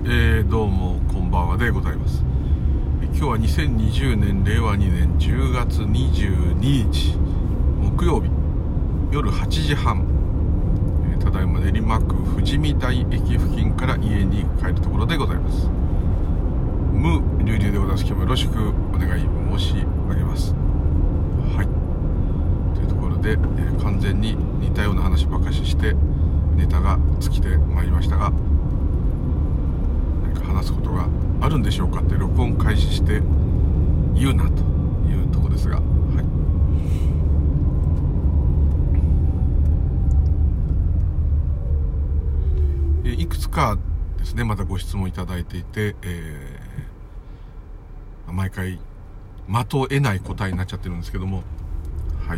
どうもこんばんはでございます。今日は2020年令和2年10月22日木曜日夜8時半、ただいま練馬区富士見台駅付近から家に帰るところでございます。ムーリュウリュウでございます。今日もよろしくお願い申し上げます。はい、というところで、完全に似たような話ばかししてネタが尽きてまいりましたが、話すことがあるんでしょうかって録音開始して言うなというところですが、はい、いくつかですねまたご質問いただいていて、毎回的を得ない答えになっちゃってるんですけども、はい、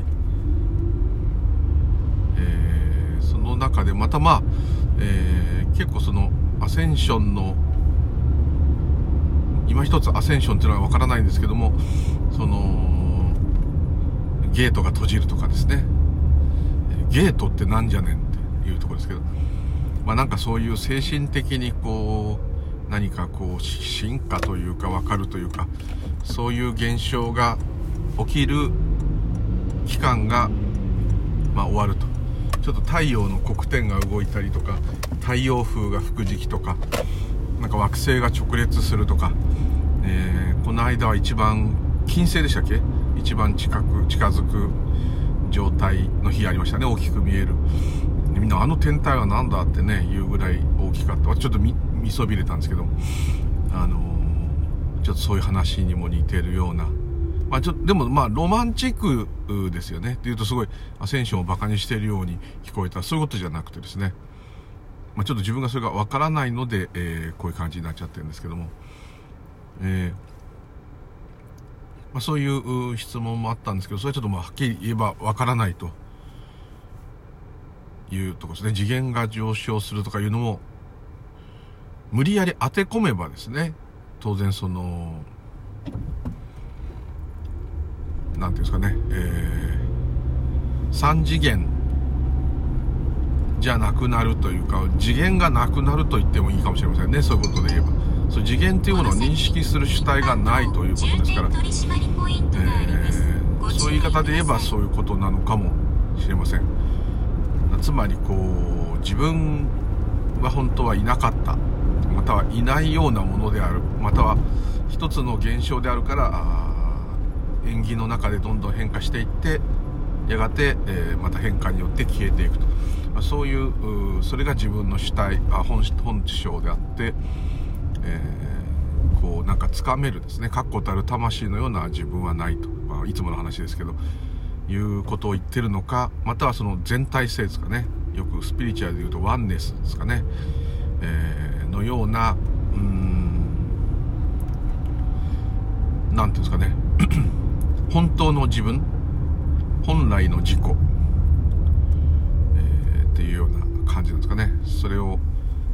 その中でまた結構そのアセンションの今一つアセンションっていうのはわからないんですけども、そのゲートが閉じるとかですね、ゲートってなんじゃねんっていうところですけど、なんかそういう精神的にこう何かこう進化というかわかるというか、そういう現象が起きる期間が終わると、ちょっと太陽の黒点が動いたりとか、太陽風が吹く時期とか、なんか惑星が直列するとか、この間は一番金星でしたっけ、一番近づく状態の日ありましたね。大きく見える、みんなあの天体はなんだってねいうぐらい大きかった。ちょっと見そびれたんですけど、ちょっとそういう話にも似てるような、でもロマンチックですよねっていうとすごいアセンションをバカにしているように聞こえた。そういうことじゃなくてですね、ちょっと自分がそれがわからないので、こういう感じになっちゃってるんですけども、そういう質問もあったんですけど、それはちょっとはっきり言えばわからないというところですね。次元が上昇するとかいうのも無理やり当て込めばですね、当然そのなんていうんですかね、3次元じゃなくなるというか、次元がなくなると言ってもいいかもしれませんね。そういうことで言えば、そう次元というものを認識する主体がないということですから、そういう言い方で言えばそういうことなのかもしれません。つまりこう自分は本当はいなかった、またはいないようなものである、または一つの現象であるから、縁起の中でどんどん変化していって、やがて、また変化によって消えていくと、そういうそれが自分の主体、本性であって、こうなんか掴めるですね、確固たる魂のような自分はないと、いつもの話ですけどいうことを言ってるのか、またはその全体性ですかね、よくスピリチュアルでいうとワンネスですかね、のようななんていうんですかね本当の自分、本来の自己、っていうような感じなんですかね。それを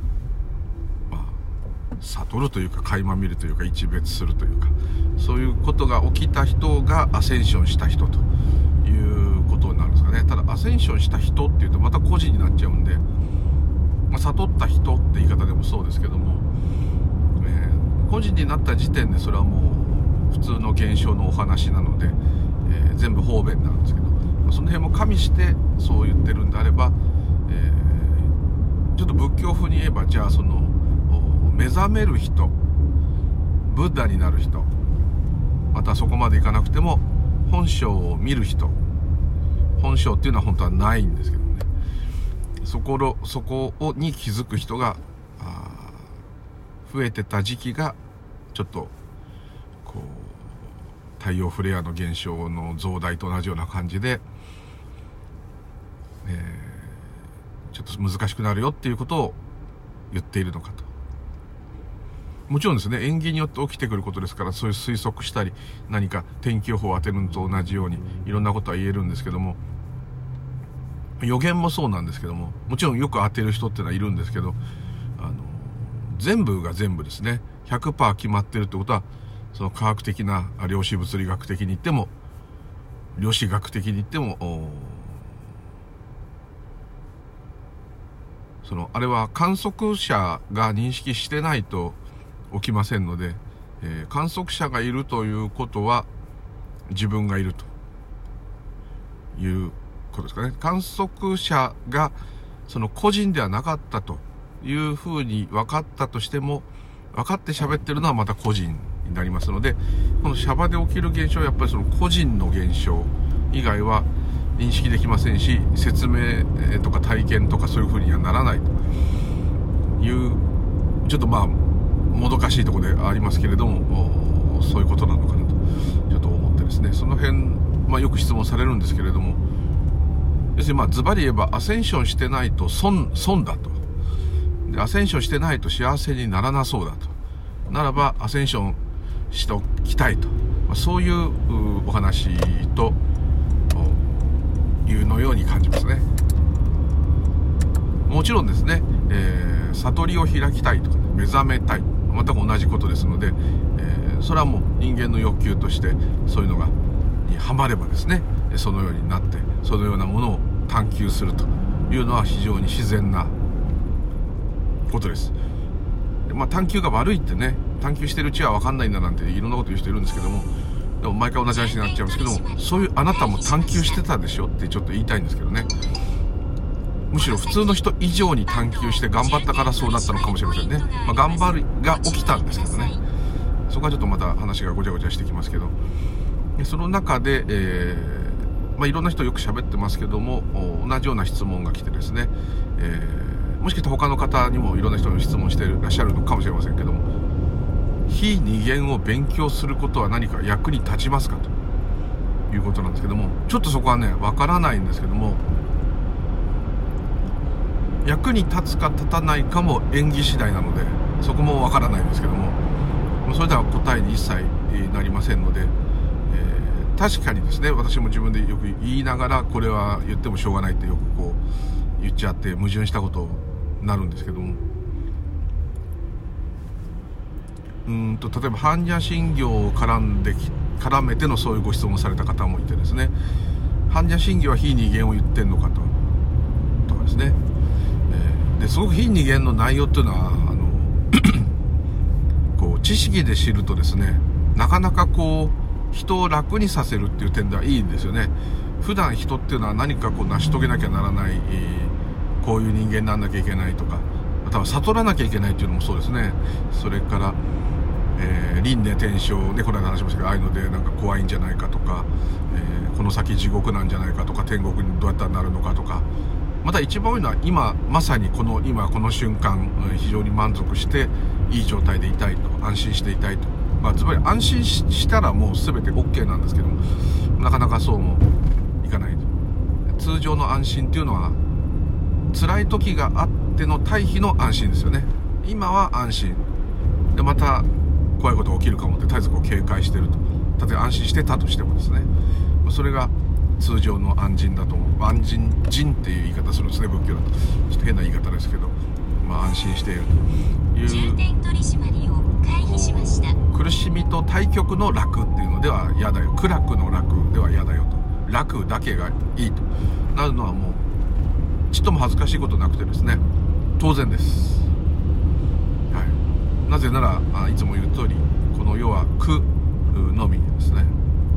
悟るというか垣間見るというか一別するというか、そういうことが起きた人がアセンションした人ということになるんですかね。ただアセンションした人っていうとまた個人になっちゃうんで、悟った人って言い方でもそうですけども、個人になった時点でそれはもう普通の現象のお話なので、全部方便なんですけど、その辺も加味してそう言ってるんであれば、ちょっと仏教風に言えば、じゃあその目覚める人、ブッダになる人、またそこまでいかなくても本性を見る人、本性っていうのは本当はないんですけどね、そこに気づく人が増えてた時期がちょっとこう太陽フレアの現象の増大と同じような感じで、ちょっと難しくなるよっていうことを言っているのかと。もちろんですね、縁起によって起きてくることですから、そういう推測したり何か天気予報を当てるのと同じようにいろんなことは言えるんですけども、予言もそうなんですけども、もちろんよく当てる人っていうのはいるんですけど、全部が全部ですね 100% 決まってるってことは、その科学的な量子物理学的に言っても量子学的に言ってもあれは観測者が認識してないと起きませんので、観測者がいるということは自分がいるということですかね。観測者が個人ではなかったというふうに分かったとしても、分かって喋ってるのはまた個人になりますので、このシャバで起きる現象はやっぱり個人の現象以外は認識できませんし、説明とか体験とかそういう風にはならないという、ちょっともどかしいところでありますけれども、そういうことなのかなとちょっと思ってですね、その辺、よく質問されるんですけれども、要するにズバリ言えばアセンションしてないと損だと。で、アセンションしてないと幸せにならなそうだと。ならばアセンションしておきたいと、そういうお話というのように感じますね。もちろんですね、悟りを開きたいとか、目覚めたい、全く同じことですので、それはもう人間の欲求としてそういうのにはまればですね、そのようになってそのようなものを探求するというのは非常に自然なことです。探求が悪いってね、探求してるうちは分かんないんだなんていろんなこと言う人いるんですけども、でも毎回同じ話になっちゃうんですけども、そういうあなたも探求してたでしょってちょっと言いたいんですけどね。むしろ普通の人以上に探求して頑張ったからそうなったのかもしれませんね。頑張るが起きたんですけどね。そこはちょっとまた話がごちゃごちゃしてきますけど、その中で、いろんな人よく喋ってますけども、同じような質問が来てですね、もしかしたら他の方にもいろんな人に質問していらっしゃるのかもしれませんけども、非二元を勉強することは何か役に立ちますかということなんですけども、ちょっとそこはねわからないんですけども、役に立つか立たないかも演技次第なので、そこもわからないんですけども、それでは答えに一切なりませんので、確かにですね、私も自分でよく言いながら、これは言ってもしょうがないってよく言っちゃって矛盾したことになるんですけども、例えば般若心経を絡めてのそういうご質問された方もいてですね、般若心経は非二元を言ってんのかとかですね、ですごく非二元の内容っていうのは知識で知るとですね、なかなか人を楽にさせるっていう点ではいいんですよね。普段人っていうのは何か成し遂げなきゃならない、こういう人間にならなきゃいけないとか、または悟らなきゃいけないっていうのもそうですね。それから、輪廻転生でこの間話しましたけど、ああいうのでなんか怖いんじゃないかとか、この先地獄なんじゃないかとか、天国にどうやったらなるのかとか、また一番多いのは今まさにこの瞬間、非常に満足していい状態でいたいと、安心していたいと、つまり安心したらもう全て OK なんですけども、なかなかそうもいかないと。通常の安心っていうのは辛い時があっての対比の安心ですよね。今は安心で、また怖いことが起きるかもって絶えず警戒してると。例えば安心してたとしてもですね、それが通常の安心だと思う。安心人っていう言い方するんですね、仏教だと。ちょっと変な言い方ですけど、安心しているという苦しみと対極の楽っていうのでは嫌だよ、苦楽の楽では嫌だよと、楽だけがいいとなるのはもうちっとも恥ずかしいことなくてですね、当然です。はい、なぜならいつも言う通り、この世は苦のみですね。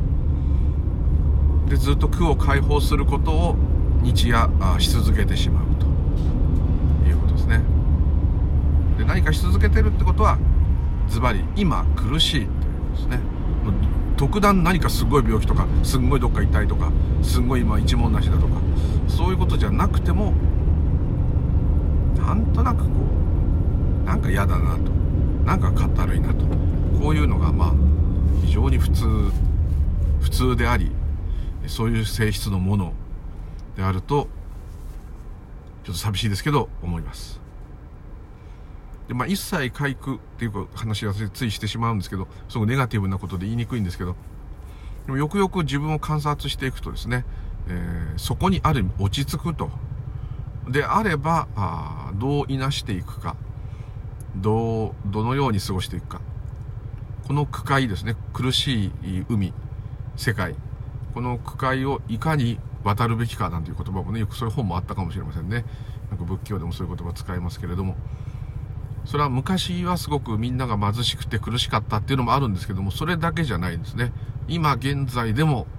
でずっと苦を解放することを日夜し続けてしまうということですね。で何かし続けてるってことはズバリ今苦しいということですね。特段何かすごい病気とか、すんごいどっか痛いとか、すんごい今一文なしだとか、そういうことじゃなくても、なんとなくなんか嫌だなと、なんかかったるいなと、こういうのが非常に普通であり、そういう性質のものであるとちょっと寂しいですけど思います。で一切回復っていう話がついしてしまうんですけど、すごくネガティブなことで言いにくいんですけど、でもよくよく自分を観察していくとですね、そこにある意味落ち着くと。であればどういなしていくか、どのように過ごしていくか、この苦海ですね、苦しい海、世界、この苦海をいかに渡るべきかなんていう言葉もね、よくそういう本もあったかもしれませんね。なんか仏教でもそういう言葉使いますけれども、それは昔はすごくみんなが貧しくて苦しかったっていうのもあるんですけども、それだけじゃないんですね。今現在でも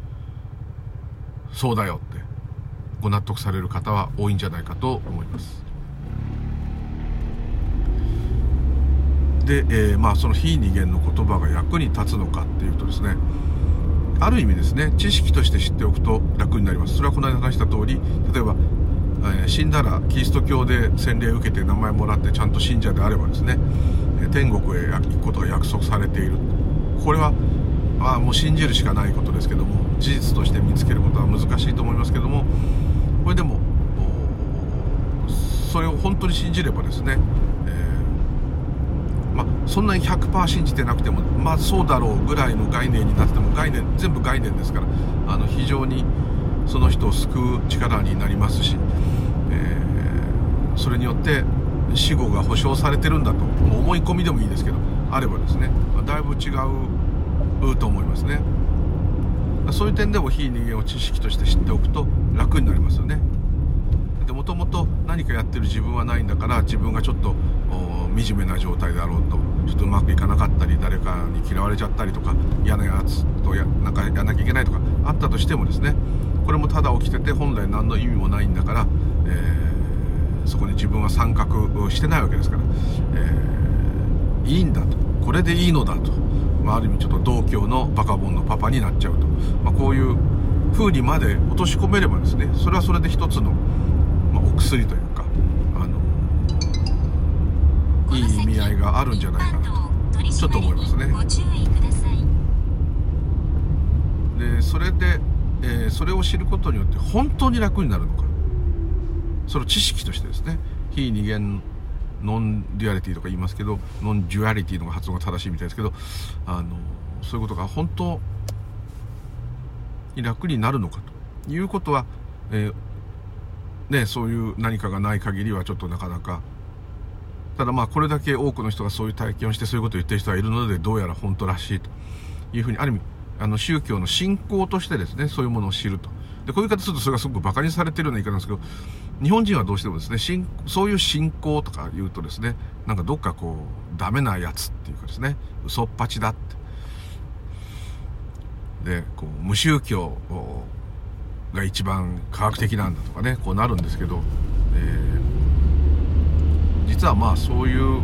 そうだよってご納得される方は多いんじゃないかと思います。で、その非二元の言葉が役に立つのかっていうとですね、ある意味ですね、知識として知っておくと楽になります。それはこの間話した通り、例えば、死んだらキリスト教で洗礼を受けて名前もらってちゃんと信者であればですね、天国へ行くことが約束されている。これは、もう信じるしかないことですけども、事実として見つけることは難しいと思いますけども、これでもそれを本当に信じればですね、そんなに 100% 信じてなくてもそうだろうぐらいの概念になっても、全部概念ですから、非常にその人を救う力になりますし、それによって死後が保証されてるんだと、もう思い込みでもいいですけどあればですね、だいぶ違うと思いますね。そういう点でも非人間を知識として知っておくと楽になりますよね。で、もともと何かやってる自分はないんだから、自分がちょっと惨めな状態だろうと、ちょっとうまくいかなかったり、誰かに嫌われちゃったりとか、嫌なやつとなんかやんなきゃいけないとかあったとしてもですね、これもただ起きてて本来何の意味もないんだから、そこに自分は参画してないわけですから、いいんだと、これでいいのだと、ある意味ちょっと道教のバカボンのパパになっちゃうと、こういう風にまで落とし込めればですね、それはそれで一つの、お薬というか、いい意味合いがあるんじゃないかなとちょっと思いますね。で、それで、それを知ることによって本当に楽になるのか、その知識としてですね、非二元ノンデュアリティとか言いますけど、ノンデュアリティの発音が正しいみたいですけど、そういうことが本当に楽になるのかということは、そういう何かがない限りはちょっとなかなか。ただこれだけ多くの人がそういう体験をしてそういうことを言ってる人がいるので、どうやら本当らしいというふうに、ある意味宗教の信仰としてですね、そういうものを知ると。で、こういう言い方するとそれがすごく馬鹿にされてるような言い方なんですけど、日本人はどうしてもですね、そういう信仰とか言うとですね、なんかどっかダメなやつっていうかですね、嘘っぱちだって。で、無宗教が一番科学的なんだとかね、なるんですけど、実はそういう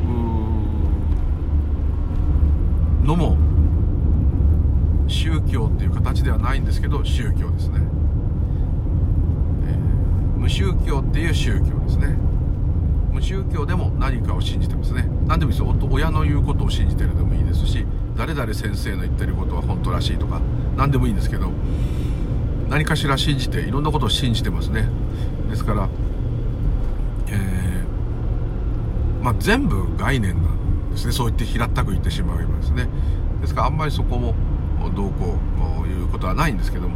のも宗教っていう形ではないんですけど、宗教ですね。無宗教っていう宗教ですね。無宗教でも何かを信じてますね。何でもいいですよ。親の言うことを信じてるでもいいですし、誰々先生の言ってることは本当らしいとか何でもいいんですけど、何かしら信じて、いろんなことを信じてますね。ですから、全部概念なんですね。そう言って平ったく言ってしまえばですね。ですからあんまりそこもどうこういうことはないんですけども、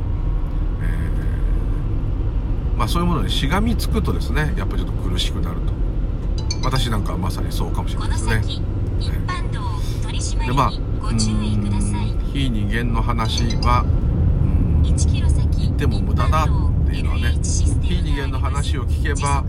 そういうものにしがみつくとですね、やっぱりちょっと苦しくなると。私なんかはまさにそうかもしれないですね。で、非二元の話は言っても無駄だっていうのはね、非二元の話を聞けば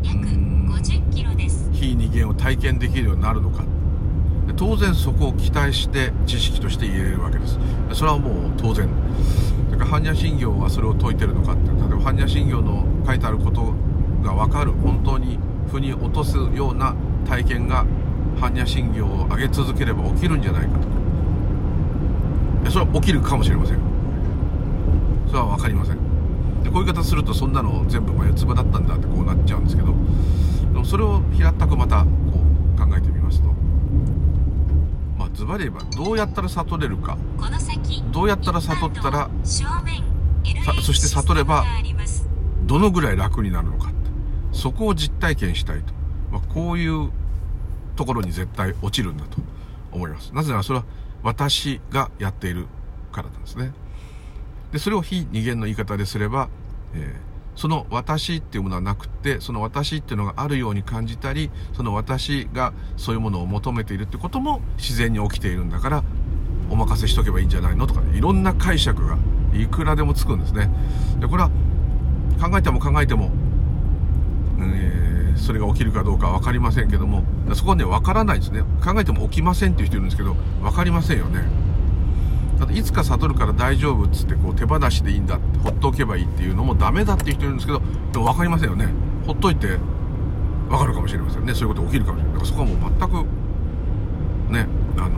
非二元を体験できるようになるのか。当然そこを期待して知識として言えるわけです。それはもう当然。だから般若心経はそれを説いてるのかって、例えば般若心経の書いてあることが分かる、本当に腑に落とすような体験が般若心経を上げ続ければ起きるんじゃないかと。それは起きるかもしれません。それは分かりません。で、こういう言い方するとそんなの全部眉唾だったんだってなっちゃうんですけど、でもそれを平たくまた考えてみますと、ズバリ言えばどうやったら悟れるか、どうやったら悟ったらそして悟ればどのぐらい楽になるのかって、そこを実体験したいと、こういうところに絶対落ちるんだと思います。なぜならそれは私がやっているからなんですね。で、それを非二元の言い方ですれば、その私っていうものはなくて、その私っていうのがあるように感じたり、その私がそういうものを求めているってことも自然に起きているんだから、お任せしとけばいいんじゃないのとか、いろんな解釈がいくらでもつくんですね。で、これは考えても考えても、 それが起きるかどうかは分かりませんけども、そこはね分からないですね。考えても起きませんっていう人いるんですけど、分かりませんよね。だっていつか悟るから大丈夫っつってこう手放しでいいんだって、ほっとけばいいっていうのもダメだっていう人いるんですけど、でも分かりませんよね。ほっといて分かるかもしれませんね。そういうこと起きるかもしれない。だからそこはもう全くね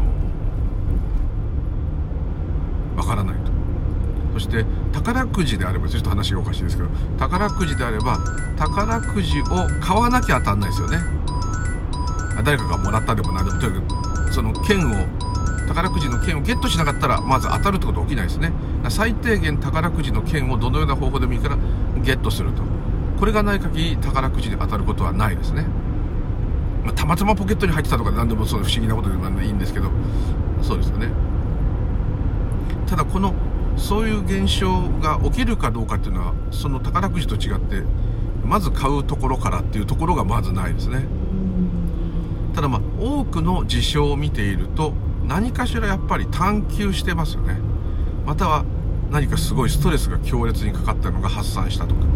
分からないと。そして宝くじであれば、ちょっと話がおかしいですけど、宝くじであれば宝くじを買わなきゃ当たんないですよね。誰かがもらったでも何でも、とにかくその宝くじの券をゲットしなかったらまず当たるってことは起きないですね。最低限宝くじの券をどのような方法でもいいからゲットすると、これがない限り宝くじに当たることはないですね。たまたまポケットに入ってたとか何でもその不思議なことでもいいんですけど、そうですよね。ただそういう現象が起きるかどうかっていうのは、その宝くじと違ってまず買うところからっていうところがまずないですね。ただ多くの事象を見ていると、何かしらやっぱり探求してますよね。または何かすごいストレスが強烈にかかったのが発散したとか、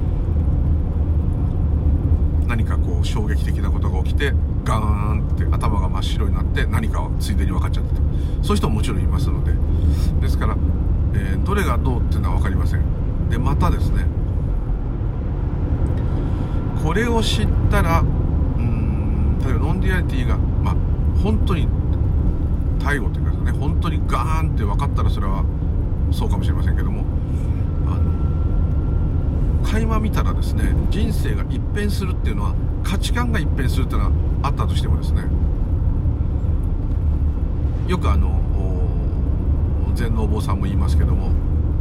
何かこう衝撃的なことが起きてガーンって頭が真っ白になって何かをついでに分かっちゃったとか、そういう人ももちろんいますので、ですから、どれがどうっていうのは分かりません。でまたですね、これを知ったら例えばノンデュアリティが本当に対応というかですね、本当にガーンって分かったらそれはそうかもしれませんけども、垣間見たらですね、人生が一変するっていうのは、価値観が一変するっていうのはあったとしてもですね、よく禅のお坊さんも言いますけども、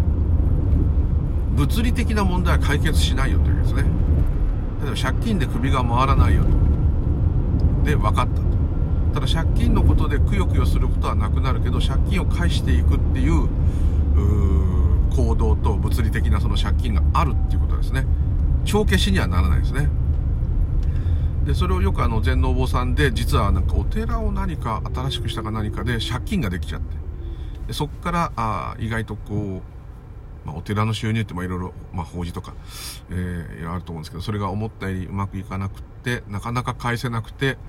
物理的な問題は解決しないよというですね。例えば借金で首が回らないよとで分かったと。ただ借金のことでくよくよすることはなくなるけど、借金を返していくっていう行動と物理的なその借金があるっていうことですね。帳消しにはならないですね。でそれをよく禅のお坊さんで、実はなんかお寺を何か新しくしたか何かで借金ができちゃって、でそこから意外とこう、お寺の収入っていろいろ法事とか、いろいろあると思うんですけど、それが思ったよりうまくいかなくて、なかなか返せなくて、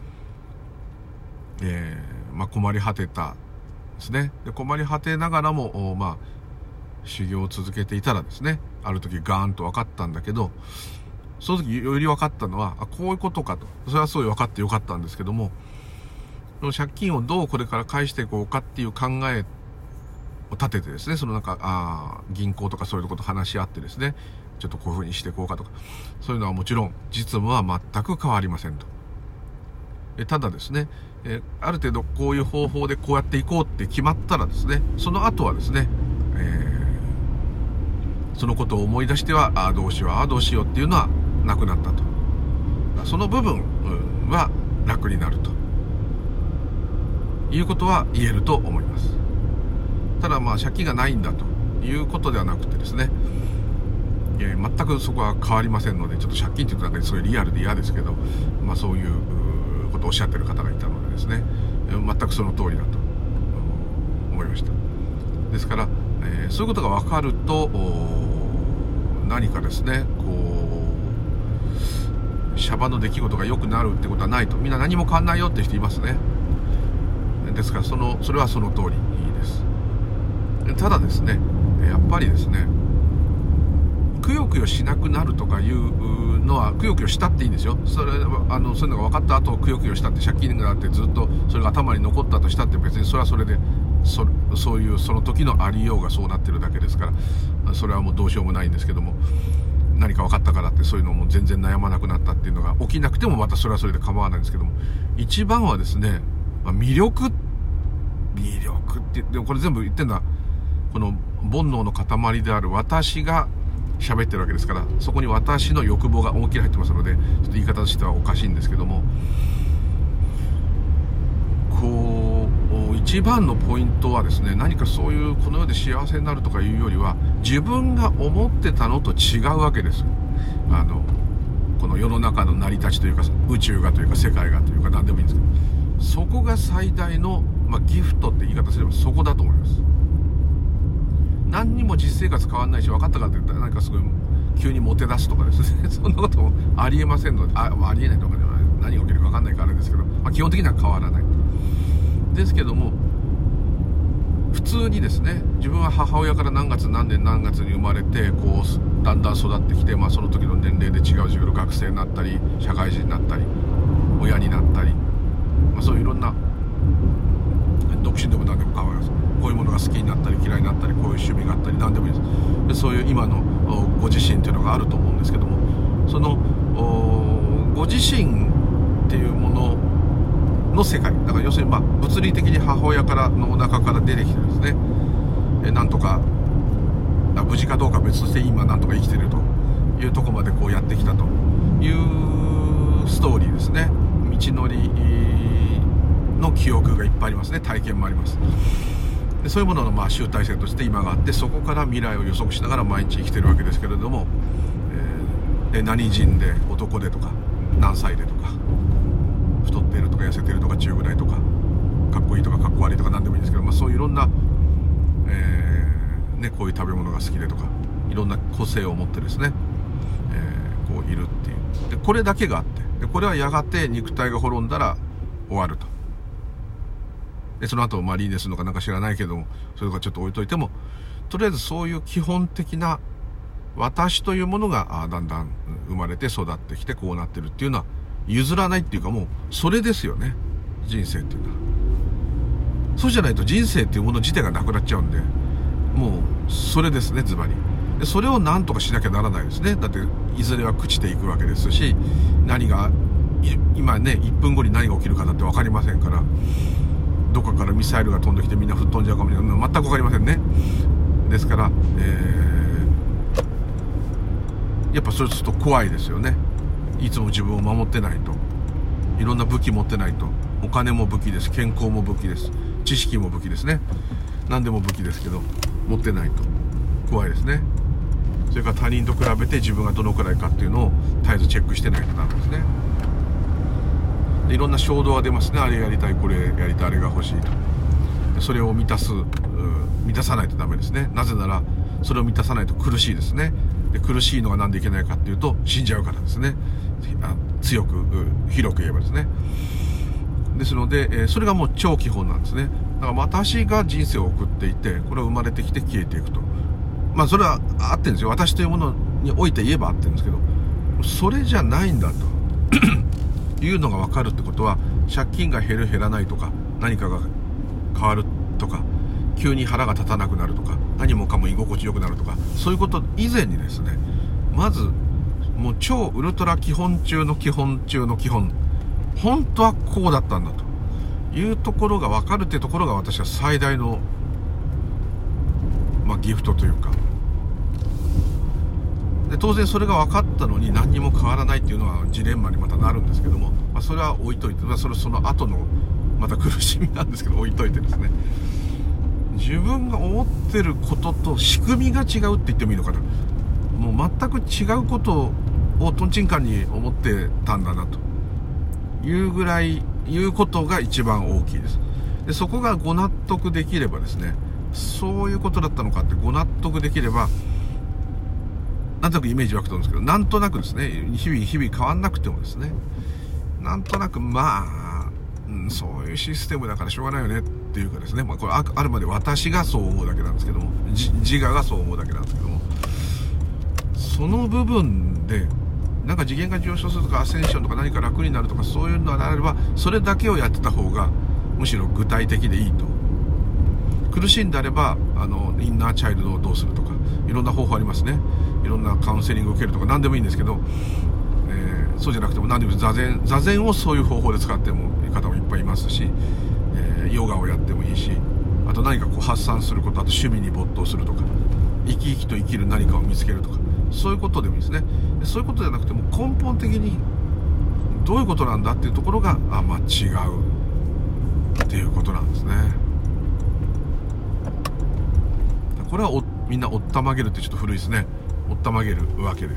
困り果てたですね。で困り果てながらも修行を続けていたらですね、ある時ガーンと分かったんだけど、その時より分かったのは、こういうことかと。それはそう分かってよかったんですけども、その借金をどうこれから返していこうかっていう考えを立ててですね、その銀行とかそういうところと話し合ってですね、ちょっとこういうふうにしていこうかとか、そういうのはもちろん実務は全く変わりませんと。ただですね、ある程度こういう方法でこうやっていこうって決まったらですね、その後はですね、そのことを思い出してはどうしようどうしようっていうのはなくなったと。その部分は楽になるということは言えると思います。ただ借金がないんだということではなくてですね、全くそこは変わりませんので、ちょっと借金っていうとなんかすごいリアルで嫌ですけど、そういうことをおっしゃってる方がいたのでですね、全くその通りだと思いました。ですから、そういうことが分かると何かですね、シャバの出来事が良くなるってことはないと。みんな何も変わんないよって人いますね。ですからそれはその通りです。ただですね、やっぱりですね、くよくよしなくなるとかいうのは、くよくよしたっていいんですよ。そういうのが分かった後くよくよしたって、借金があってずっとそれが頭に残ったとしたって、別にそれはそれでそういうその時のありようがそうなってるだけですから、それはもうどうしようもないんですけども、何か分かったからってそういうのも全然悩まなくなったっていうのが起きなくても、またそれはそれで構わないんですけども、一番はですね、魅力ってでもこれ全部言ってんだ、この煩悩の塊である私が喋ってるわけですから、そこに私の欲望が思いっきり入ってますので、ちょっと言い方としてはおかしいんですけども、一番のポイントはですね、何かそういうこの世で幸せになるとかいうよりは、自分が思ってたのと違うわけです。この世の中の成り立ちというか、宇宙がというか世界がというか何でもいいんですけど、そこが最大の、ギフトって言い方すればそこだと思います。何にも実生活変わんないし、分かったかって言ったら何かすごい急にモテ出すとかですねそんなこともありえませんので、ありえないとかでは何が起きるか分かんないからあれですけど、基本的には変わらないですけども、普通にですね、自分は母親から何月何年何月に生まれてこうだんだん育ってきて、その時の年齢で違う授業の学生になったり社会人になったり親になったり、そういういろんな独身でも何でも構いません。こういうものが好きになったり嫌いになったり、こういう趣味があったり何でもいいです。そういう今のご自身っていうのがあると思うんですけども、そのご自身っていうものの世界だから、要するに物理的に母親からのお腹から出てきてですね、なんとか無事かどうか別として今なんとか生きてるというところまでこうやってきたというストーリーですね。道のりの記憶がいっぱいありますね。体験もあります。でそういうものの集大成として今があって、そこから未来を予測しながら毎日生きてるわけですけれども、何人で男でとか何歳でとか太っているとか痩せているとか中ぐらいとかかっこいいとかかっこ悪いとか何でもいいんですけど、そういういろんな、こういう食べ物が好きでとかいろんな個性を持ってですね、こういるっていうで、これだけがあって、でこれはやがて肉体が滅んだら終わると。でその後リーネするのかなんか知らないけども、それとかちょっと置いといても、とりあえずそういう基本的な私というものがだんだん生まれて育ってきてこうなってるっていうのは譲らないっていうか、もうそれですよね、人生っていうのは。そうじゃないと人生っていうもの自体がなくなっちゃうんで、もうそれですね、ズバリ。でそれを何とかしなきゃならないですね。だっていずれは朽ちていくわけですし、何が今ね1分後に何が起きるかだって分かりませんから、どこかからミサイルが飛んできてみんな吹っ飛んじゃうかもしれない、全く分かりませんね。ですから、やっぱそれちょっと怖いですよね。いつも自分を守ってないと、いろんな武器持ってないと、お金も武器です、健康も武器です、知識も武器ですね、何でも武器ですけど持ってないと怖いですね。それから他人と比べて自分がどのくらいかっていうのを絶えずチェックしてないとなんですね。でいろんな衝動が出ますね。あれやりたい、これやりたい、あれが欲しいと。それを満たさないとダメですね。なぜならそれを満たさないと苦しいですね。で苦しいのがなんでいけないかっていうと、死んじゃうからですね。強く広く言えばですね。ですので、それがもう超基本なんですね。だから私が人生を送っていて、これは生まれてきて消えていくと、それは合ってるんですよ。私というものにおいて言えば合ってるんですけど、それじゃないんだというのが分かるってことは、借金が減る減らないとか、何かが変わるとか、急に腹が立たなくなるとか、何もかも居心地よくなるとか、そういうこと以前にですね、まずもう超ウルトラ基本中の基本中の基本、本当はこうだったんだというところが分かるっていうところが、私は最大のギフトというか。で当然それが分かったのに何にも変わらないっていうのはジレンマにまたなるんですけども、それは置いといて、その後のまた苦しみなんですけど、置いといてですね、自分が思ってることと仕組みが違うって言ってもいいのかな、もう全く違うことをトンチンカンに思ってたんだなというぐらい、いうことが一番大きいです。でそこがご納得できればですね、そういうことだったのかってご納得できれば、なんとなくイメージ湧くと思うんですけど、なんとなくですね、日々変わんなくてもですね、なんとなくそういうシステムだからしょうがないよねっていうかですね、これあるまで私がそう思うだけなんですけども、自我がそう思うだけなんですけども、その部分でなんか次元が上昇するとかアセンションとか何か楽になるとか、そういうのがあればそれだけをやってた方がむしろ具体的でいいと。苦しいんであればインナーチャイルドをどうするとか、いろんな方法ありますね。いろんなカウンセリングを受けるとか何でもいいんですけど、そうじゃなくても何でも座禅をそういう方法で使ってもいい方もいっぱいいますし、ヨガをやってもいいし、あと何か発散すること、あと趣味に没頭するとか、生き生きと生きる何かを見つけるとか、そういうことでもいいですね。そういうことじゃなくても根本的にどういうことなんだっていうところが違うっていうことなんですね。これはみんなおったまげるってちょっと古いですね。おったまげるわけです。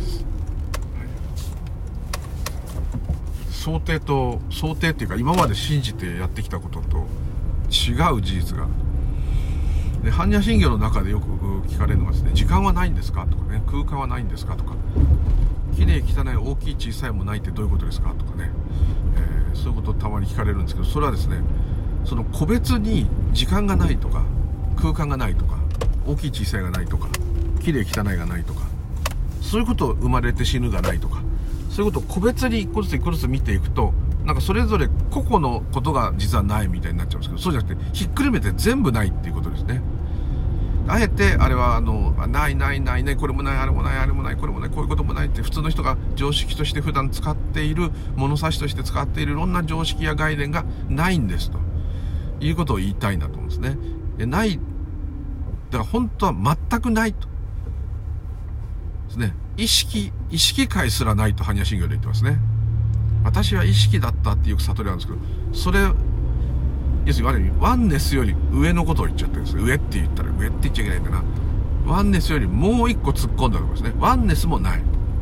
想定っていうか、今まで信じてやってきたことと違う事実が。 で般若心経の中でよく聞かれるのがですね、時間はないんですかとかね、空間はないんですかとか、綺麗汚い大きい小さいもないってどういうことですかとかね、そういうことをたまに聞かれるんですけど、それはですね、その個別に時間がないとか空間がないとか大きい小さいがないとか綺麗汚いがないとか、そういうことを生まれて死ぬがないとか、そういうことを個別に一個ずつ一個ずつ見ていくと、なんかそれぞれ個々のことが実はないみたいになっちゃうんですけど、そうじゃなくてひっくるめて全部ないっていうことですね。あえてあれはないないないない、これもないあれもないあれもないこれもないこういうこともないって普通の人が常識として普段使っている物差しとして使っているいろんな常識や概念がないんですということを言いたいんだと思うんですね。ない、だから本当は全くないとですね。意識界すらないと般若心経で言ってますね。私は意識だったってよく悟りあるんですけど、それ要するにワンネスより上のことを言っちゃってるんです。上って言ったら上って言っちゃいけないんだな。ワンネスよりもう一個突っ込んだところですね。ワンネスもない、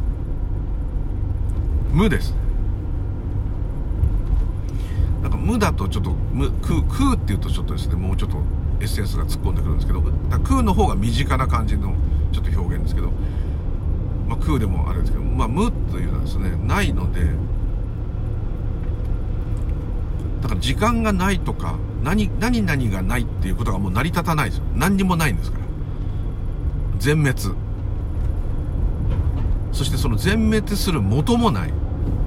無です。なんか無だとちょっと空って言うとちょっとですね、もうちょっとエッセンスが突っ込んでくるんですけど、空の方が身近な感じのちょっと表現ですけど、空でもあれですけど、無というのはですね、ないので、だから時間がないとか何々がないっていうことがもう成り立たないですよ。何にもないんですから。全滅。そしてその全滅する元もない。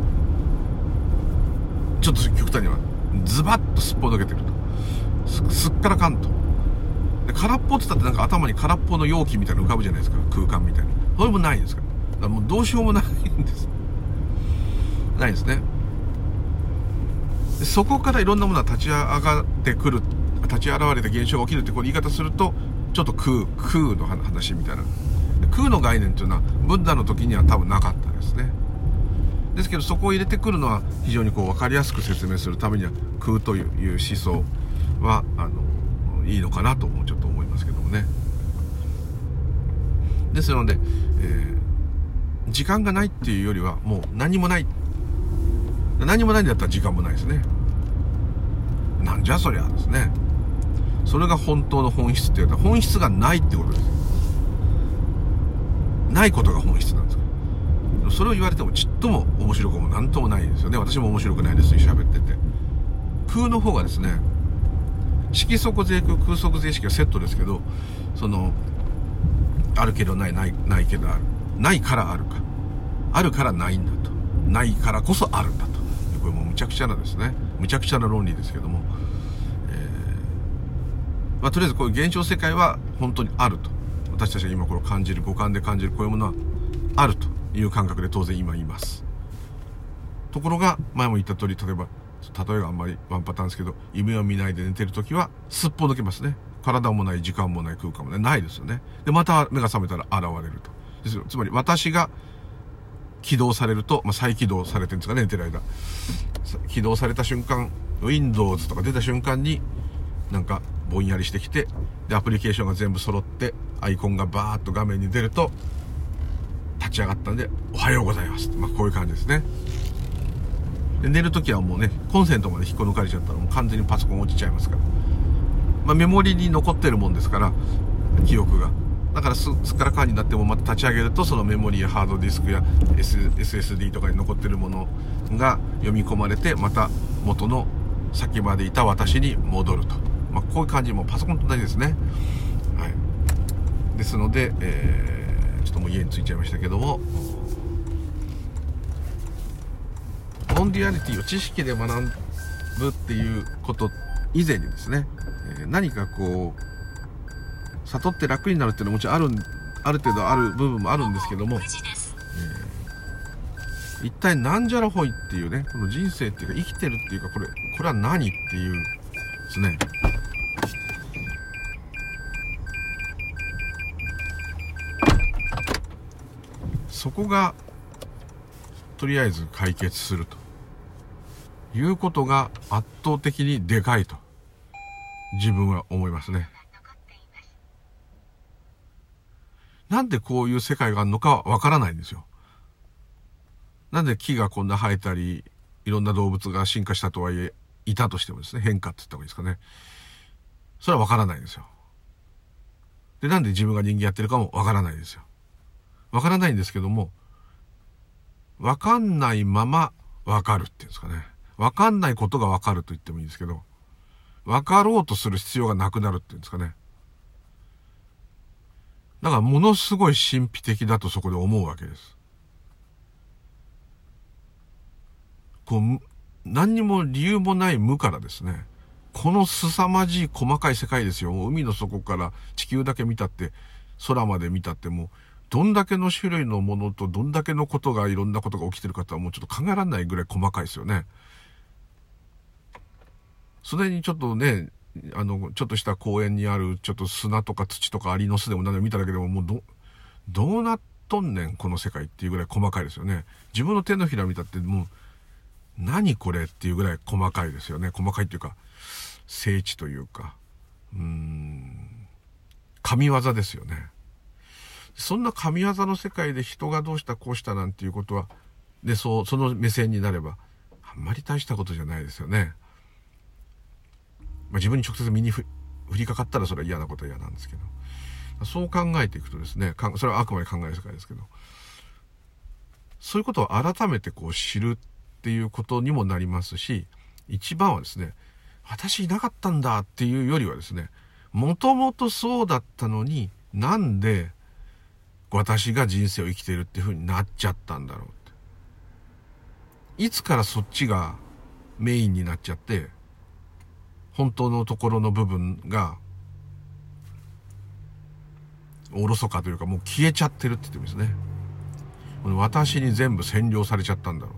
ちょっと極端にはズバッとすっぽ抜けてると、すっからかんと。で空っぽって言ったってなんか頭に空っぽの容器みたいなの浮かぶじゃないですか、空間みたいな。それもないんですから。だからもうどうしようもないんです。ないですね。そこからいろんなものが立ち上がってくる、立ち現れて現象が起きるってこう言い方すると、ちょっと空の話みたいな。空の概念というのはブッダの時には多分なかったですね。ですけどそこを入れてくるのは非常にこう分かりやすく説明するためには空という思想はいいのかなともちょっと思いますけどもね。ですので、時間がないっていうよりはもう何もないんだったら時間もないですね。なんじゃそりゃですね。それが本当の本質って言うと、本質がないってことです。ないことが本質なんですから。それを言われてもちっとも面白くもなんともないですよね。私も面白くないですし、喋ってて。空の方がですね、色即是空、空即是色はセットですけど、あるけどないけどある。ないからあるか。あるからないんだと。ないからこそあるんだと。これもうむちゃくちゃなですね。むちゃくちゃな論理ですけども。とりあえずこういう現象世界は本当にあると。私たちが今これ感じる、五感で感じるこういうものはあるという感覚で当然今言います。ところが、前も言った通り、例えがあんまりワンパターンですけど、夢を見ないで寝てるときはすっぽ抜けますね。体もない時間もない空間もないですよね。でまた目が覚めたら現れると。ですよ。つまり私が起動されると、再起動されてるんですかね、寝てる間。起動された瞬間、Windows とか出た瞬間になんかぼんやりしてきて、でアプリケーションが全部揃ってアイコンがバーッと画面に出ると、立ち上がったんでおはようございます。こういう感じですね。で寝るときはもうね、コンセントまで引っこ抜かれちゃったらもう完全にパソコン落ちちゃいますから、メモリに残ってるもんですから、記憶がだからすっからかんになってもまた立ち上げると、そのメモリやハードディスクや、SSD とかに残ってるものが読み込まれて、また元の先までいた私に戻ると。こういう感じもパソコンと同じですね。はい。ですので、ちょっともう家に着いちゃいましたけども、ノンデュアリティを知識で学ぶっていうこと以前にですね、何かこう悟って楽になるっていうのはもちろんある程度ある部分もあるんですけども、一体なんじゃらほいっていうね、この人生っていうか生きてるっていうか、これは何っていうですね。そこがとりあえず解決するということが圧倒的にでかいと自分は思いますね。なんでこういう世界があるのかはわからないんですよ。なんで木がこんな生えたり、いろんな動物が進化したとはいえ、いたとしてもですね、変化って言った方がいいですかね。それはわからないんですよ。 で、なんで自分が人間やってるかもわからないですよ。わからないんですけども、わかんないままわかるっていうんですかね。わかんないことがわかると言ってもいいですけど、わかろうとする必要がなくなるっていうんですかね。だからものすごい神秘的だとそこで思うわけです。こう、何にも理由もない無からですね、この凄まじい細かい世界ですよ。海の底から地球だけ見たって、空まで見たってもう、どんだけの種類のものとどんだけのことがいろんなことが起きてるかとはもうちょっと考えられないぐらい細かいですよね。それにちょっとね、ちょっとした公園にあるちょっと砂とか土とかアリの巣でも何でも見ただけでももうどうなっとんねんこの世界っていうぐらい細かいですよね。自分の手のひら見たってもう何これっていうぐらい細かいですよね。細かいっていうか精緻というか神業ですよね。そんな神業の世界で人がどうしたこうしたなんていうことはでその目線になればあんまり大したことじゃないですよね。自分に直接身に降りかかったらそれは嫌なことは嫌なんですけど、そう考えていくとですね、それはあくまで考える世界ですけど、そういうことを改めてこう知るっていうことにもなりますし、一番はですね、私いなかったんだっていうよりはですね、もともとそうだったのになんで私が人生を生きているっていう風になっちゃったんだろうって。いつからそっちがメインになっちゃって、本当のところの部分がおろそかというかもう消えちゃってるって言ってもですね、私に全部占領されちゃったんだろう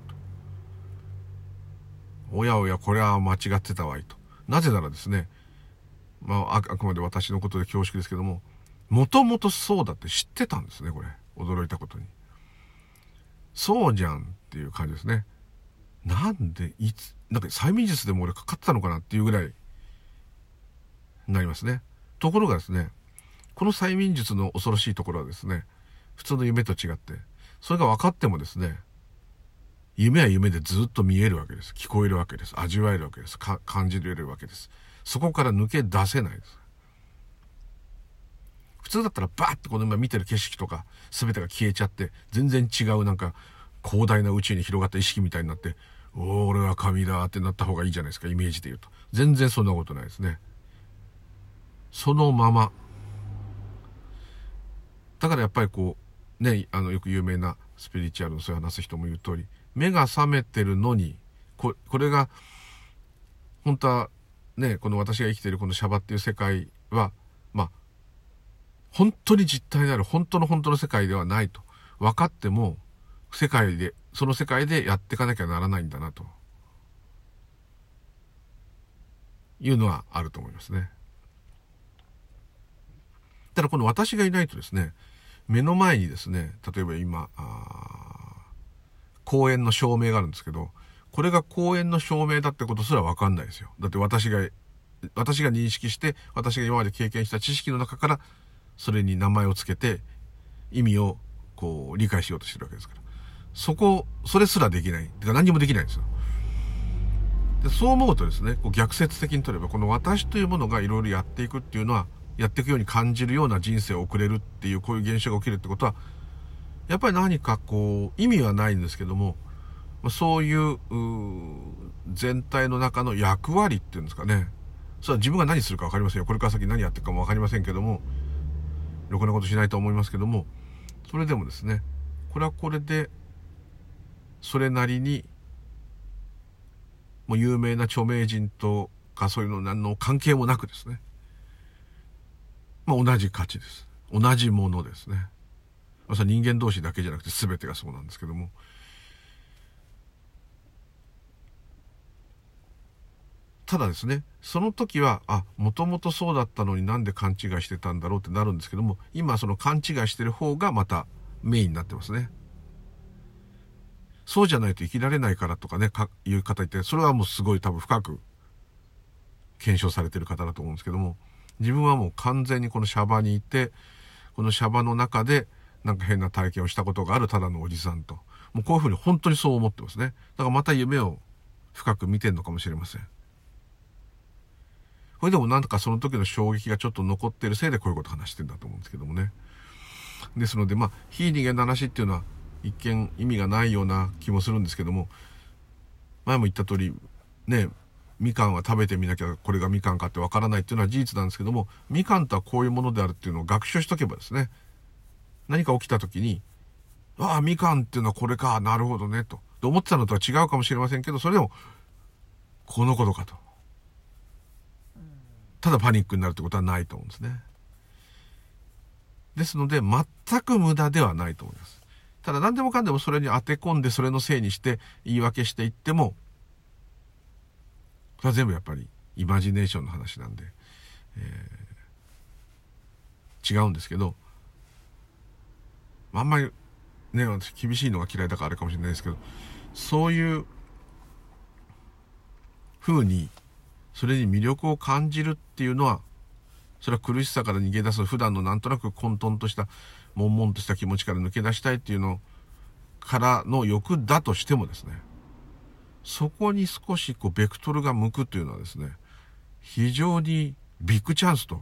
と。おやおやこれは間違ってたわいと。なぜならですね、あくまで私のことで恐縮ですけども、もともとそうだって知ってたんですね。これ驚いたことにそうじゃんっていう感じですね。なんでなんか催眠術でも俺かかってたのかなっていうぐらいなりますね。ところがですね、この催眠術の恐ろしいところはですね、普通の夢と違って、それが分かってもですね、夢は夢でずっと見えるわけです。聞こえるわけです。味わえるわけです。感じれるわけです。そこから抜け出せないです。普通だったらバーってこの今見てる景色とか全てが消えちゃって、全然違うなんか広大な宇宙に広がった意識みたいになって、俺は神だってなった方がいいじゃないですか、イメージで言うと。全然そんなことないですね。そのまま。だからやっぱりこう、ね、よく有名なスピリチュアルのそういう話す人も言う通り、目が覚めてるのに、これが、本当は、ね、この私が生きているこのシャバっていう世界は、本当に実体である、本当の世界ではないと。分かっても、その世界でやっていかなきゃならないんだなと。いうのはあると思いますね。ただこの私がいないとですね、目の前にですね、例えば今、公園の照明があるんですけど、これが公園の照明だってことすらわかんないですよ。だって私が認識して、私が今まで経験した知識の中から、それに名前をつけて、意味をこう理解しようとしてるわけですから。それすらできない。てか何にもできないんですよ。でそう思うとですね、こう逆説的にとれば、この私というものがいろいろやっていくっていうのは、やっていくように感じるような人生を送れるっていう、こういう現象が起きるってことは、やっぱり何かこう、意味はないんですけども、そういう全体の中の役割っていうんですかね。それは自分が何するか分かりませんよ。これから先何やっていくかも分かりませんけども、ろくなことしないと思いますけども、それでもですね、これはこれで、それなりに、もう有名な著名人とかそういうの何の関係もなくですね、同じ価値です。同じものですね。それは人間同士だけじゃなくて全てがそうなんですけども、ただですね、その時はもともとそうだったのになんで勘違いしてたんだろうってなるんですけども、今その勘違いしてる方がまたメインになってますね。そうじゃないと生きられないからとかね、いう方いて、それはもうすごい多分深く検証されてる方だと思うんですけども、自分はもう完全にこのシャバにいて、このシャバの中でなんか変な体験をしたことがあるただのおじさんと、もうこういうふうに本当にそう思ってますね。だからまた夢を深く見てんのかもしれません。 これでもなんとかその時の衝撃がちょっと残ってるせいでこういうことを話してるんだと思うんですけどもね。ですので非人間の話っていうのは一見意味がないような気もするんですけども、前も言った通りね、みかんは食べてみなきゃこれがみかんかってわからないっていうのは事実なんですけども、みかんとはこういうものであるっていうのを学習しとけばですね、何か起きた時に、ああみかんっていうのはこれか、なるほどねと思ってたのとは違うかもしれませんけど、それでもこのことかと、ただパニックになるってことはないと思うんですね。ですので全く無駄ではないと思います。ただ何でもかんでもそれに当て込んでそれのせいにして言い訳していっても、これは全部やっぱりイマジネーションの話なんで、違うんですけど、あんまりね、私厳しいのが嫌いだからあれかもしれないですけど、そういう風にそれに魅力を感じるっていうのは、それは苦しさから逃げ出す普段のなんとなく混沌とした悶々とした気持ちから抜け出したいっていうのからの欲だとしてもですね、そこに少しベクトルが向くというのはですね、非常にビッグチャンスと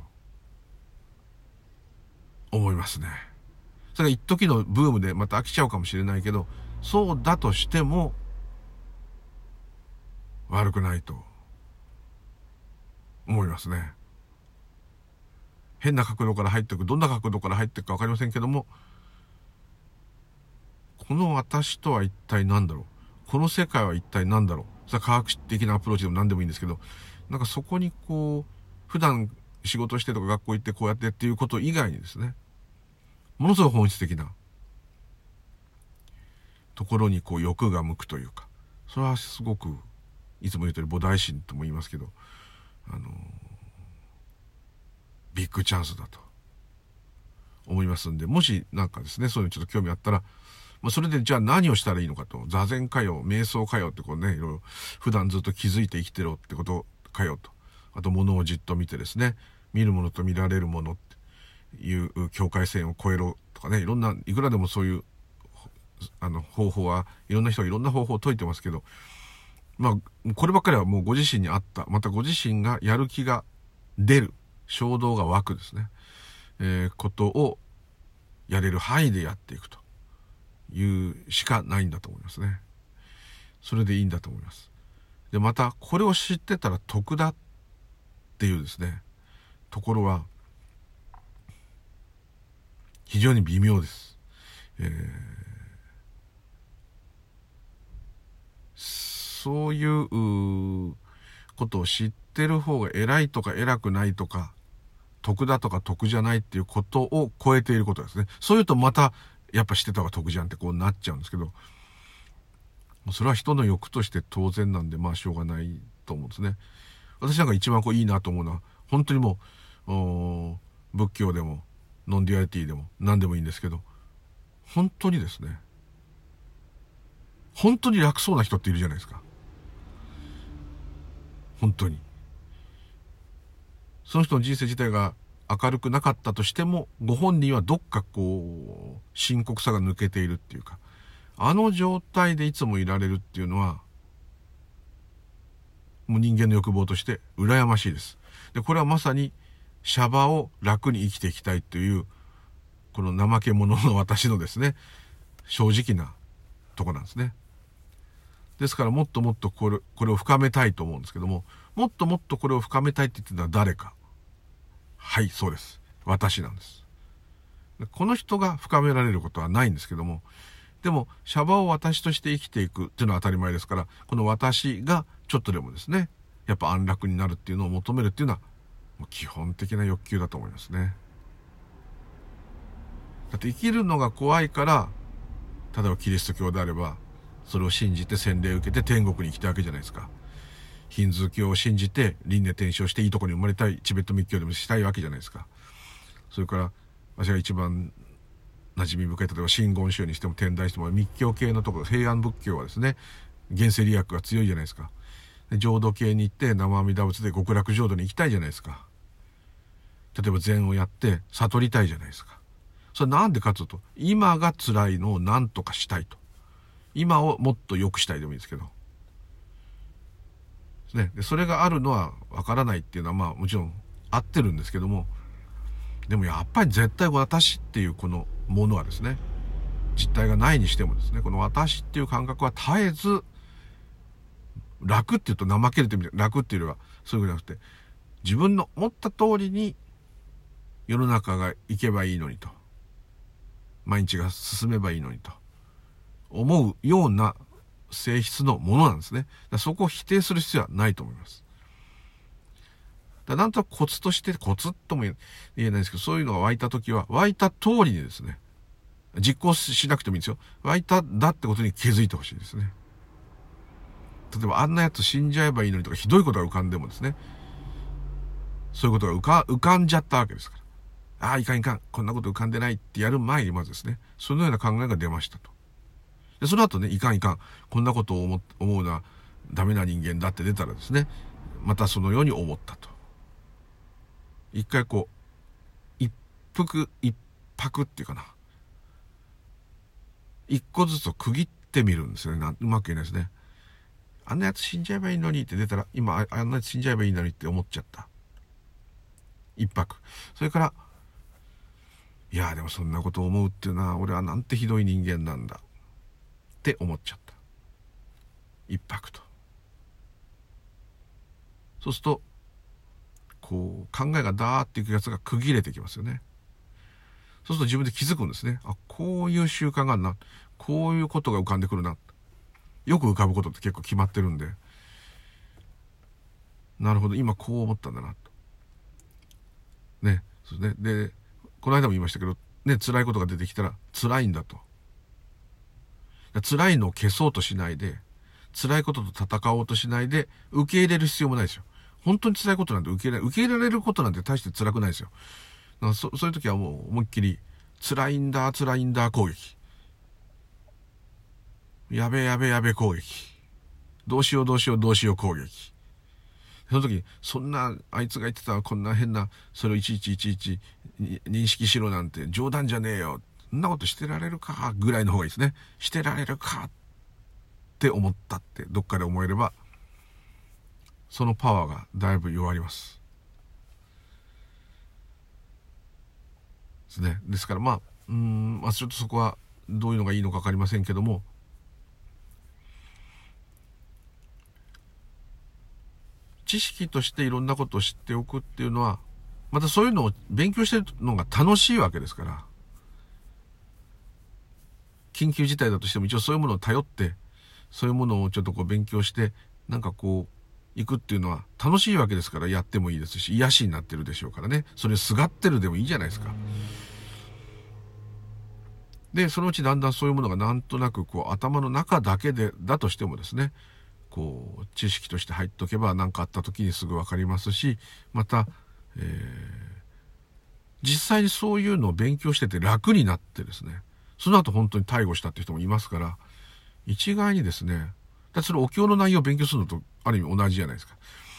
思いますね。それが一時のブームでまた飽きちゃうかもしれないけど、そうだとしても悪くないと思いますね。変な角度から入っていく、どんな角度から入っていくか分かりませんけども、この私とは一体何だろう、この世界は一体何だろう、それは科学的なアプローチでも何でもいいんですけど、なんかそこに普段仕事してとか学校行ってこうやってっていうこと以外にですね、ものすごい本質的なところに欲が向くというか、それはすごくいつも言ってる菩提心とも言いますけど、ビッグチャンスだと思いますんで、もしなんかですね、そういうのちょっと興味あったら、それでじゃあ何をしたらいいのかと、座禅かよ、瞑想かよっていろいろ普段ずっと気づいて生きてろってことかよと、あと物をじっと見てですね、見るものと見られるものっていう境界線を越えろとかね、いくらでもそういう方法はいろんな人がいろんな方法を説いてますけど、こればっかりはもうご自身に合った、またご自身がやる気が出る、衝動が湧くですね、ことをやれる範囲でやっていくというしかないんだと思いますね。それでいいんだと思います。でまたこれを知ってたら得だっていうですねところは非常に微妙です。そういうことを知ってる方が偉いとか偉くないとか、得だとか得じゃないっていうことを超えていることですね。そういうとまたやっぱ知ってた方が得じゃんってなっちゃうんですけど、それは人の欲として当然なんでしょうがないと思うんですね。私なんか一番いいなと思うのは、本当にもう仏教でもノンデュアリティでも何でもいいんですけど、本当にですね、本当に楽そうな人っているじゃないですか。本当にその人の人生自体が明るくなかったとしても、ご本人はどっか深刻さが抜けているっていうか、あの状態でいつもいられるっていうのはもう人間の欲望として羨ましいです。でこれはまさにシャバを楽に生きていきたいという、この怠け者の私のですね正直なとこなんですね。ですからもっともっとこれを深めたいと思うんですけども、もっともっとこれを深めたいって言ってるのは誰か。はい、そうです。私なんです。この人が深められることはないんですけども、でもシャバを私として生きていくっていうのは当たり前ですから、この私がちょっとでもですねやっぱ安楽になるっていうのを求めるっていうのは基本的な欲求だと思いますね。だって生きるのが怖いから、例えばキリスト教であればそれを信じて洗礼を受けて天国に来たわけじゃないですか。ヒンズー教を信じて輪廻転生していいとこに生まれたい、チベット密教でもしたいわけじゃないですか。それから私が一番馴染み深い、例えば真言宗にしても天台しても密教系のところ、平安仏教はですね現世利益が強いじゃないですか。で浄土系に行って生阿弥陀仏で極楽浄土に行きたいじゃないですか。例えば禅をやって悟りたいじゃないですか。それなんでかというと、今が辛いのを何とかしたいと、今をもっと良くしたいでもいいですけど、 ね。で、それがあるのはわからないっていうのは、まあもちろん合ってるんですけども、でもやっぱり絶対私っていうこのものはですね、実体がないにしてもですね、この私っていう感覚は絶えず、楽っていうと怠けるって意味で、楽っていうよりはそういうことじゃなくて、自分の思った通りに世の中が行けばいいのにと、毎日が進めばいいのにと思うような性質のものなんですね。そこを否定する必要はないと思います。なんとなくコツとして、コツとも言えないですけど、そういうのが湧いたときは、湧いた通りにですね、実行しなくてもいいんですよ。湧いただってことに気づいてほしいですね。例えばあんなやつ死んじゃえばいいのにとか、ひどいことが浮かんでもですね、そういうことが浮かんじゃったわけですから。ああ、いかんいかん。こんなこと浮かんでないってやる前にまずですね、そのような考えが出ましたと。で、その後ね、いかんいかん。こんなことを思うのはダメな人間だって出たらですね、またそのように思ったと。一回こう、一泊っていうかな。一個ずつ区切ってみるんですよね。うまく言えないですね。あんなやつ死んじゃえばいいのにって出たら、今あんなやつ死んじゃえばいいのにって思っちゃった。一泊。それから、いやでもそんなことを思うっていうのは、俺はなんてひどい人間なんだって思っちゃった。一泊と。そうすると、こう考えがダーっていくやつが区切れてきますよね。そうすると自分で気づくんですね。あ、こういう習慣があるな。こういうことが浮かんでくるな。よく浮かぶことって結構決まってるんで。なるほど、今こう思ったんだなと。ね。そうですね。で、この間も言いましたけど、ね、辛いことが出てきたら辛いんだと。辛いのを消そうとしないで、辛いことと戦おうとしないで、受け入れる必要もないですよ。本当に辛いことなんて受け入れられることなんて大して辛くないですよ。だからそういう時はもう思いっきり、辛いんだ攻撃。やべえ攻撃。どうしよう攻撃。その時に、そんな、あいつが言ってたこんな変な、それをいちいち認識しろなんて冗談じゃねえよ。そんなことしてられるか、ぐらいの方がいいですね。してられるか、って思ったって、どっかで思えれば、そのパワーがだいぶ弱ります。ですね。ですからまあ、ちょっとそこはどういうのがいいのか分かりませんけども、知識としていろんなことを知っておくっていうのは、またそういうのを勉強してるのが楽しいわけですから、緊急事態だとしても一応そういうものを頼って、そういうものをちょっとこう勉強して、なんかこう、行くっていうのは楽しいわけですから、やってもいいですし、癒しになってるでしょうからね。それすがってるでもいいじゃないですか。で、そのうちだんだんそういうものがなんとなくこう頭の中だけでだとしてもですね、こう知識として入っとけば何かあった時にすぐ分かりますし、また、実際にそういうのを勉強してて楽になってですね、その後本当に逮捕したって人もいますから、一概にですね、だってそれお経の内容を勉強するのとある意味同じじゃないですか。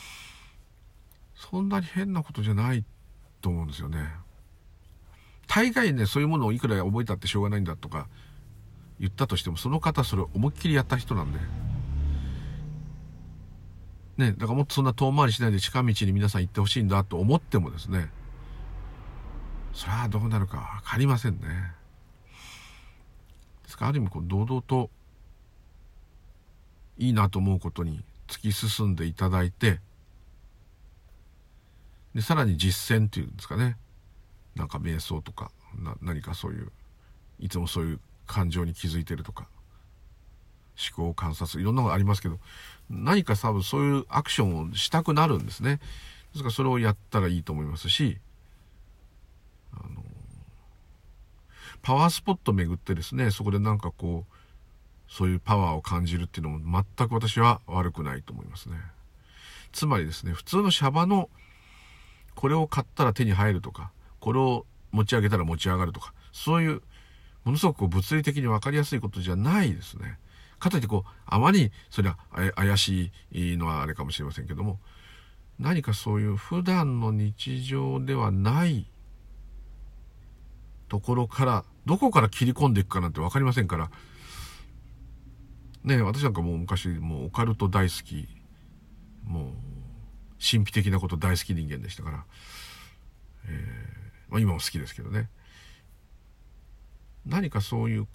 そんなに変なことじゃないと思うんですよね。大概ね、そういうものをいくら覚えたってしょうがないんだとか言ったとしても、その方それを思いっきりやった人なんで。ね、だからもっとそんな遠回りしないで近道に皆さん行ってほしいんだと思ってもですね、それはどうなるかわかりませんね。ですからある意味こう堂々といいなと思うことに突き進んでいただいて、でさらに実践っていうんですかね、なんか瞑想とか何かそういういつもそういう感情に気づいてるとか思考観察いろんなのがありますけど、何か多分そういうアクションをしたくなるんですね。ですからそれをやったらいいと思いますし、パワースポット巡ってですね、そこでなんかこうそういうパワーを感じるっていうのも全く私は悪くないと思いますね。つまりですね、普通のシャバのこれを買ったら手に入るとか、これを持ち上げたら持ち上がるとか、そういうものすごく物理的に分かりやすいことじゃないですね。かといってこうあまりそれは怪しいのはあれかもしれませんけども、何かそういう普段の日常ではないところからどこから切り込んでいくかなんて分かりませんからね。私なんかもう昔もうオカルト大好き、 もう神秘的なこと大好き人間でしたから、今も好きですけどね。何かそういう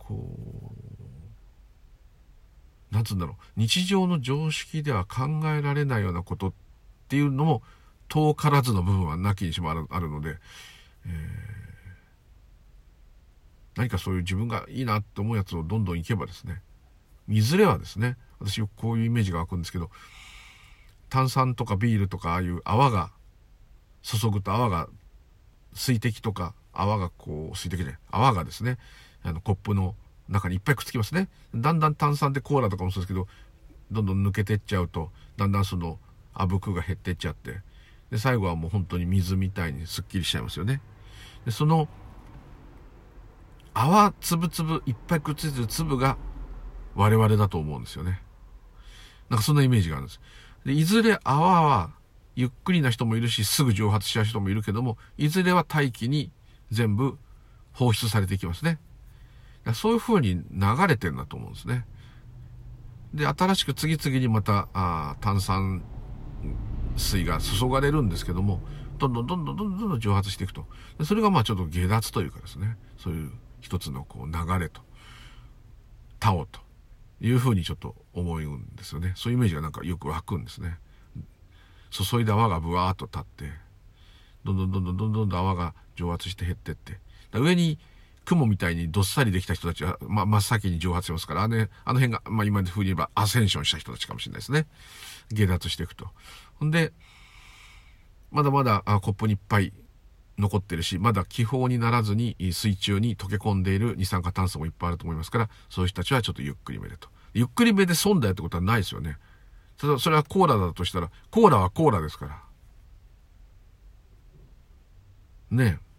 なんつうんだろう、日常の常識では考えられないようなことっていうのも遠からずの部分はなきにしもあるので、何かそういう自分がいいなって思うやつをどんどんいけばですね、いずれはですね、私よくこういうイメージが湧くんですけど、炭酸とかビールとかああいう泡が注ぐと泡が水滴とか泡が水滴で泡がですね、コップの中にいっぱいくっつきますね。だんだん炭酸でコーラとかもそうですけど、どんどん抜けてっちゃうとだんだんそのあぶくが減ってっちゃって、で最後はもう本当に水みたいにすっきりしちゃいますよね。でその泡つぶつぶいっぱいくっついてる粒が我々だと思うんですよね。なんかそんなイメージがあるんです。でいずれ泡はゆっくりな人もいるし、すぐ蒸発しちゃう人もいるけども、いずれは大気に全部放出されていきますね。そういう風に流れてるんだと思うんですね。で、新しく次々にまた炭酸水が注がれるんですけども、どんどん蒸発していくと。でそれがちょっと下脱というかですね、そういう一つの流れと、タオという風にちょっと思うんですよね。そういうイメージがなんかよく湧くんですね。注いだ泡がブワーっと立って、どんどん泡が蒸発して減ってって、上に雲みたいにどっさりできた人たちは、真っ先に蒸発しますから、あの辺が、今で風に言えばアセンションした人たちかもしれないですね。下脱していくと。ほんで、まだまだコップにいっぱい残ってるし、まだ気泡にならずに水中に溶け込んでいる二酸化炭素もいっぱいあると思いますから、そういう人たちはちょっとゆっくりめでと。ゆっくりめで損だよってことはないですよね。それはコーラだとしたら、コーラはコーラですから。ねえ。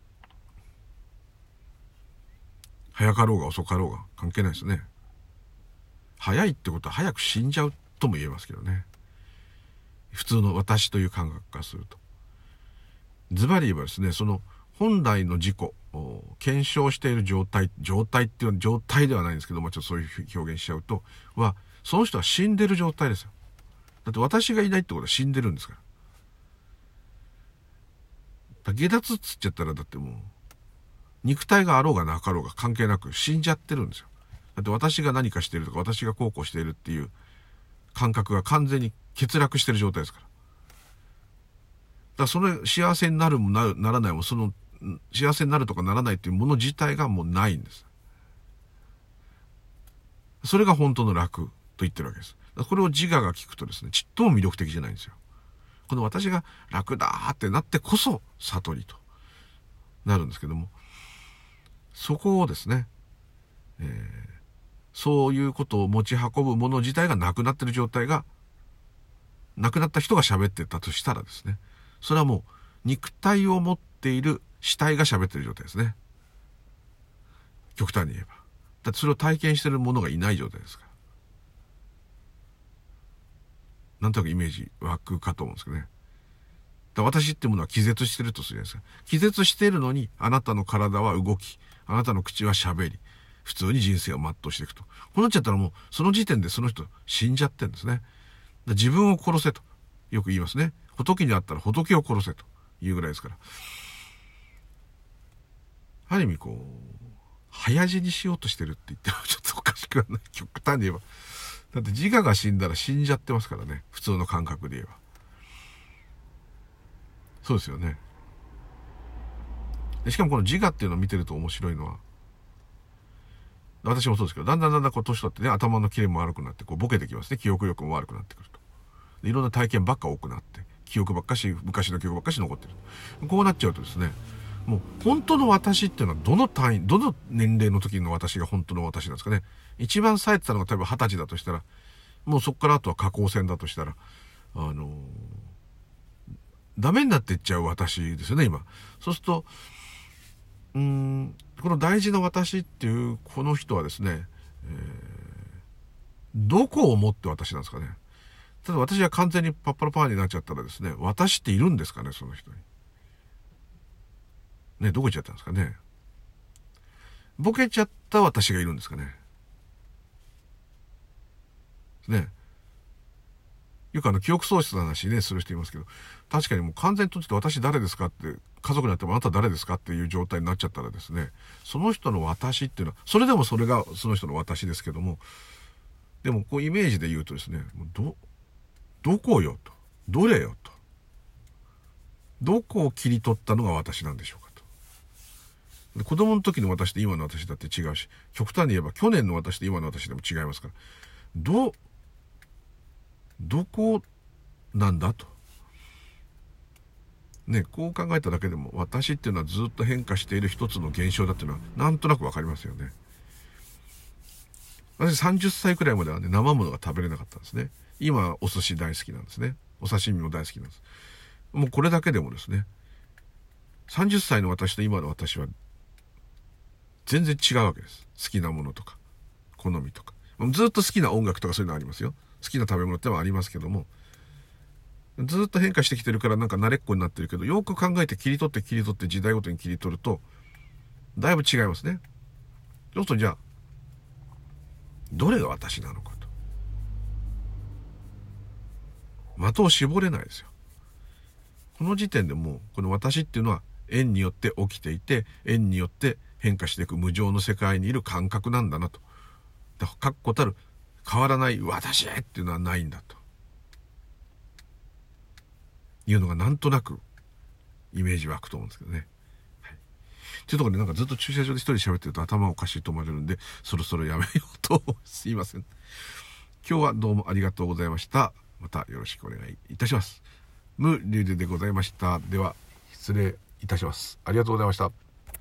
早かろうが遅かろうが関係ないですね。早いってことは早く死んじゃうとも言えますけどね。普通の私という感覚からすると。ズバリ言えばですね、その本来の自己を検証している状態っていう状態ではないんですけども、ちょっとそういう表現しちゃうと、その人は死んでる状態ですよ。だって私がいないってことは死んでるんですから。下脱っつっちゃったら、だってもう、肉体があろうがなかろうが関係なく死んじゃってるんですよ。だって私が何かしているとか、私がこうしているっていう感覚が完全に欠落してる状態ですから。だからそれ幸せになるもならないも、その幸せになるとかならないっていうもの自体がもうないんです。それが本当の楽と言ってるわけです。これを自我が聞くとですね、ちっとも魅力的じゃないんですよ。この私が楽だーってなってこそ悟りとなるんですけども、そこをですね、そういうことを持ち運ぶもの自体がなくなってる状態が、亡くなった人が喋ってたとしたらですね、それはもう肉体を持っている死体が喋ってる状態ですね。極端に言えば。だってそれを体験してるものがいない状態ですから。なんとなくイメージ湧くかと思うんですけどね。だ私ってものは気絶してるとするじゃないですか。気絶しているのに、あなたの体は動き、あなたの口は喋り、普通に人生を全うしていくと。こうなっちゃったらもう、その時点でその人死んじゃってるんですね。自分を殺せと。よく言いますね。仏にあったら仏を殺せというぐらいですから。ある意味早死にしようとしてるって言ってもちょっとおかしくはない。極端に言えば。だって自我が死んだら死んじゃってますからね。普通の感覚で言えば。そうですよね。でしかもこの自我っていうのを見てると面白いのは、私もそうですけど、だんだん年取ってね、頭のキレも悪くなって、ボケてきますね。記憶力も悪くなってくると。でいろんな体験ばっか多くなって、記憶ばっかし、昔の記憶ばっかし残ってる。こうなっちゃうとですね、もう本当の私っていうのはどの年齢の時の私が本当の私なんですかね。一番冴えてたのが例えば20歳だとしたら、もうそこからあとは下降線だとしたら、ダメになっていっちゃう私ですよね、今。そうすると、この大事な私っていうこの人はですね、どこをもって私なんですかね。ただ私が完全にパッパラパーになっちゃったらですね、私っているんですかね、その人に。ね、どこ行っちゃったんですかね。ボケちゃった私がいるんですかね。ね。 よく記憶喪失の話ね、する人いますけど、確かにもう完全にとって私誰ですかって、家族になってもあなた誰ですかっていう状態になっちゃったらですね、その人の私っていうのは、それでもそれがその人の私ですけども、でもこうイメージで言うとですね、どこよと、どれよと、どこを切り取ったのが私なんでしょうかと。で、子供の時の私と今の私だって違うし、極端に言えば去年の私と今の私でも違いますから、どこなんだと。ね、こう考えただけでも私っていうのはずっと変化している一つの現象だっていうのはなんとなくわかりますよね。私30歳くらいまではね、生ものが食べれなかったんですね。今お寿司大好きなんですね。お刺身も大好きなんです。もうこれだけでもですね、30歳の私と今の私は全然違うわけです。好きなものとか好みとか、ずっと好きな音楽とかそういうのありますよ。好きな食べ物ってはありますけども、ずっと変化してきてるからなんか慣れっこになってるけど、よく考えて切り取って時代ごとに切り取るとだいぶ違いますね。そうするとじゃあどれが私なのかと、的を絞れないですよ。この時点でもうこの私っていうのは縁によって起きていて、縁によって変化していく無常の世界にいる感覚なんだなと。だから確固たる変わらない私っていうのはないんだというのがなんとなくイメージ湧くと思うんですけどね。はい、というところでなんかずっと駐車場で一人喋ってると頭おかしいと思われるんで、そろそろやめようとすいません。今日はどうもありがとうございました。またよろしくお願いいたします。無理でございました。では失礼いたします。ありがとうございました。